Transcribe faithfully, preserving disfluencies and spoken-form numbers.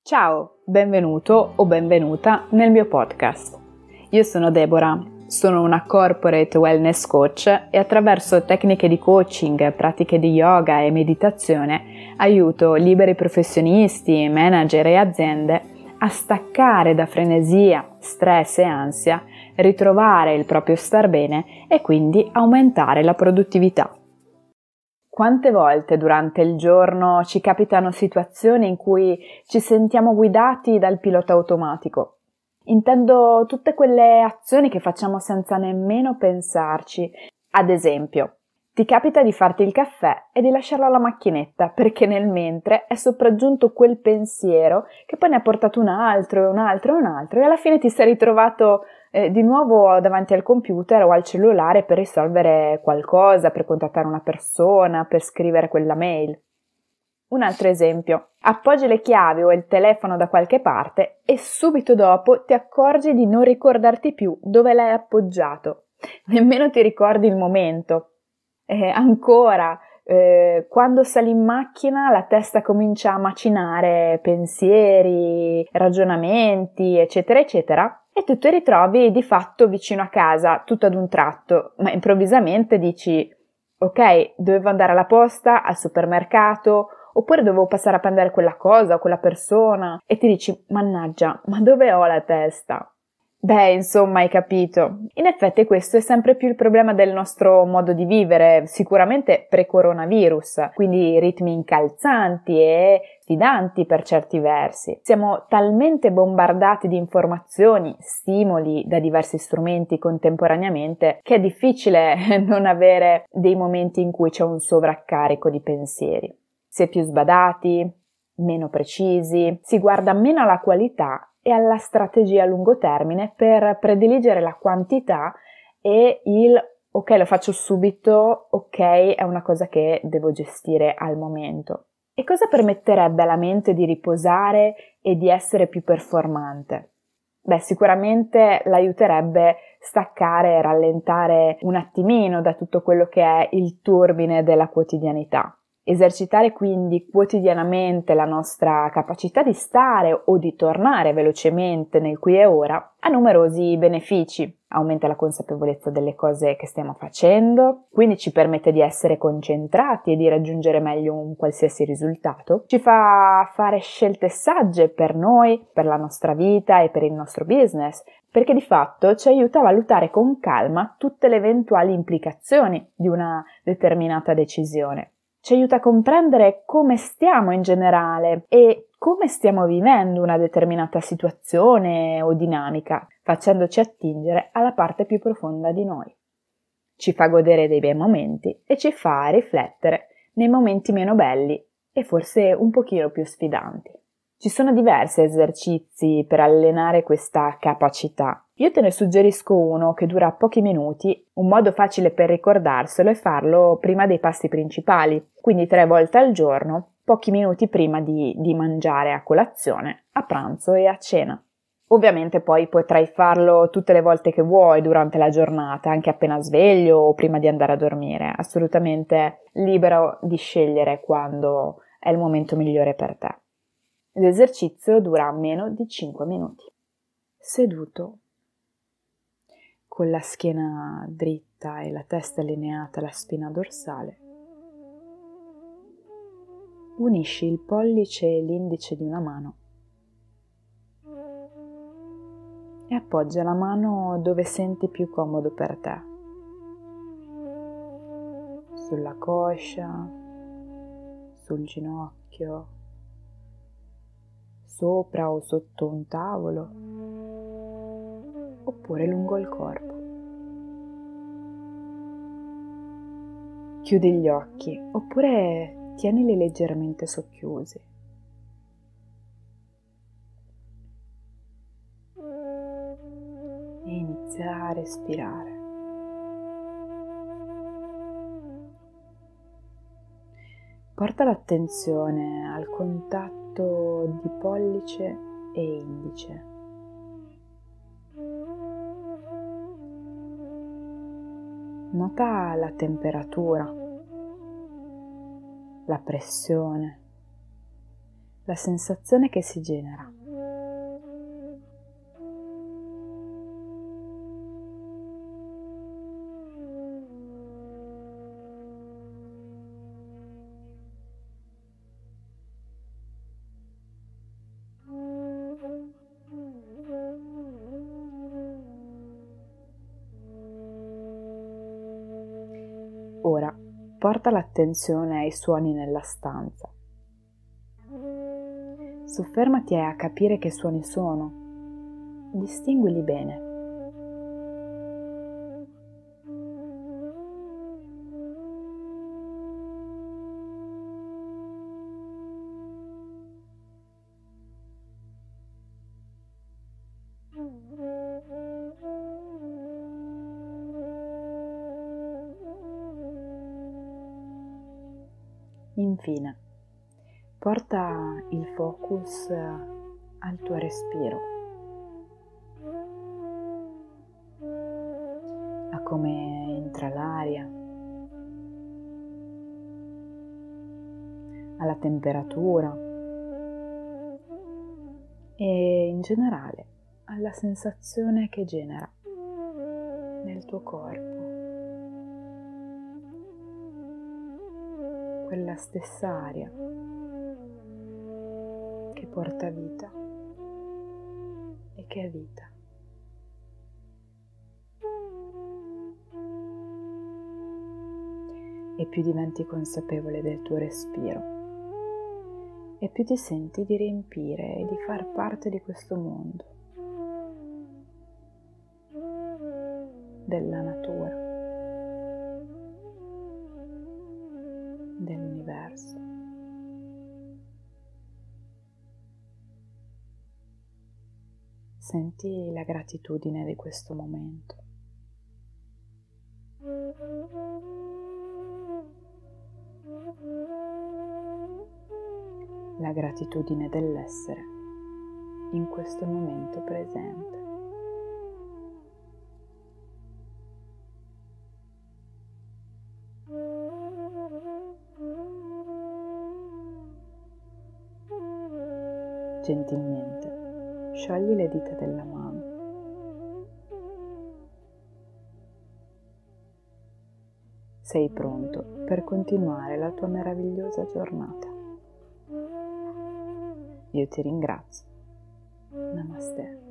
Ciao, benvenuto o benvenuta nel mio podcast. Io sono Deborah, sono una corporate wellness coach e attraverso tecniche di coaching, pratiche di yoga e meditazione aiuto liberi professionisti, manager e aziende a staccare da frenesia, stress e ansia, ritrovare il proprio star bene e quindi aumentare la produttività. Quante volte durante il giorno ci capitano situazioni in cui ci sentiamo guidati dal pilota automatico? Intendo tutte quelle azioni che facciamo senza nemmeno pensarci. Ad esempio, ti capita di farti il caffè e di lasciarlo alla macchinetta perché nel mentre è sopraggiunto quel pensiero che poi ne ha portato un altro e un altro e un altro e alla fine ti sei ritrovato eh, di nuovo davanti al computer o al cellulare per risolvere qualcosa, per contattare una persona, per scrivere quella mail. Un altro esempio, appoggi le chiavi o il telefono da qualche parte e subito dopo ti accorgi di non ricordarti più dove l'hai appoggiato, nemmeno ti ricordi il momento. Eh, ancora, eh, quando sali in macchina la testa comincia a macinare pensieri, ragionamenti, eccetera, eccetera, e tu ti ritrovi di fatto vicino a casa tutto ad un tratto, ma improvvisamente dici ok, dovevo andare alla posta, al supermercato, oppure dovevo passare a prendere quella cosa o quella persona e ti dici mannaggia, ma dove ho la testa? Beh, insomma, hai capito. In effetti questo è sempre più il problema del nostro modo di vivere, sicuramente pre-coronavirus, quindi ritmi incalzanti e sfidanti per certi versi. Siamo talmente bombardati di informazioni, stimoli da diversi strumenti contemporaneamente che è difficile non avere dei momenti in cui c'è un sovraccarico di pensieri. Si è più sbadati, meno precisi, si guarda meno alla qualità e alla strategia a lungo termine per prediligere la quantità e il ok, lo faccio subito, ok, è una cosa che devo gestire al momento. E cosa permetterebbe alla mente di riposare e di essere più performante? Beh, sicuramente l'aiuterebbe staccare e rallentare un attimino da tutto quello che è il turbine della quotidianità. Esercitare quindi quotidianamente la nostra capacità di stare o di tornare velocemente nel qui e ora ha numerosi benefici. Aumenta la consapevolezza delle cose che stiamo facendo, quindi ci permette di essere concentrati e di raggiungere meglio un qualsiasi risultato. Ci fa fare scelte sagge per noi, per la nostra vita e per il nostro business, perché di fatto ci aiuta a valutare con calma tutte le eventuali implicazioni di una determinata decisione. Ci aiuta a comprendere come stiamo in generale e come stiamo vivendo una determinata situazione o dinamica, facendoci attingere alla parte più profonda di noi. Ci fa godere dei bei momenti e ci fa riflettere nei momenti meno belli e forse un pochino più sfidanti. Ci sono diversi esercizi per allenare questa capacità. Io te ne suggerisco uno che dura pochi minuti. Un modo facile per ricordarselo è farlo prima dei pasti principali, quindi tre volte al giorno, pochi minuti prima di, di mangiare a colazione, a pranzo e a cena. Ovviamente poi potrai farlo tutte le volte che vuoi durante la giornata, anche appena sveglio o prima di andare a dormire. Assolutamente libero di scegliere quando è il momento migliore per te. L'esercizio dura meno di cinque minuti. Seduto, con la schiena dritta e la testa allineata alla spina dorsale, unisci il pollice e l'indice di una mano e appoggia la mano dove senti più comodo per te, sulla coscia, sul ginocchio, sopra o sotto un tavolo, oppure lungo il corpo. Chiudi gli occhi oppure tienili leggermente socchiusi. E inizia a respirare. Porta l'attenzione al contatto di pollice e indice. Nota la temperatura, la pressione, la sensazione che si genera. Ora, porta l'attenzione ai suoni nella stanza. Soffermati a capire che suoni sono. Distinguili bene. Infine, porta il focus al tuo respiro, a come entra l'aria, alla temperatura e in generale alla sensazione che genera nel tuo corpo. Quella stessa aria che porta vita e che è vita. E più diventi consapevole del tuo respiro, e più ti senti di riempire e di far parte di questo mondo, della natura, dell'universo. Senti la gratitudine di questo momento. La gratitudine dell'essere in questo momento presente. Gentilmente sciogli le dita della mano. Sei pronto per continuare la tua meravigliosa giornata. Io ti ringrazio. Namaste.